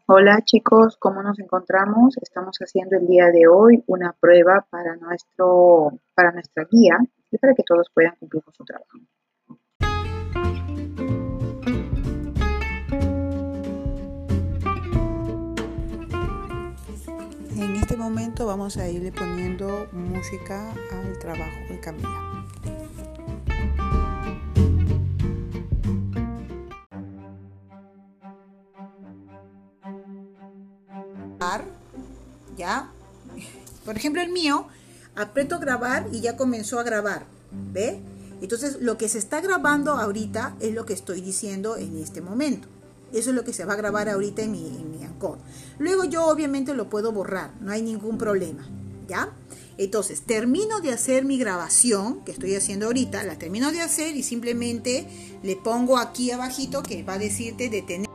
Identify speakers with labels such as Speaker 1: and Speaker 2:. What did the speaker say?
Speaker 1: Hola chicos, ¿cómo nos encontramos? Estamos haciendo el día de hoy una prueba para nuestra guía y para que todos puedan cumplir con su trabajo.
Speaker 2: En este momento vamos a irle poniendo música al trabajo de Camila. ¿Ya? Por ejemplo, el mío, aprieto grabar y ya comenzó a grabar. ¿Ve? Entonces, lo que se está grabando ahorita es lo que estoy diciendo en este momento. Eso es lo que se va a grabar ahorita en mi Anchor. Luego yo obviamente lo puedo borrar, no hay ningún problema. ¿Ya? Entonces, termino de hacer mi grabación, que estoy haciendo ahorita, la termino de hacer y simplemente le pongo aquí abajito que va a decirte detener.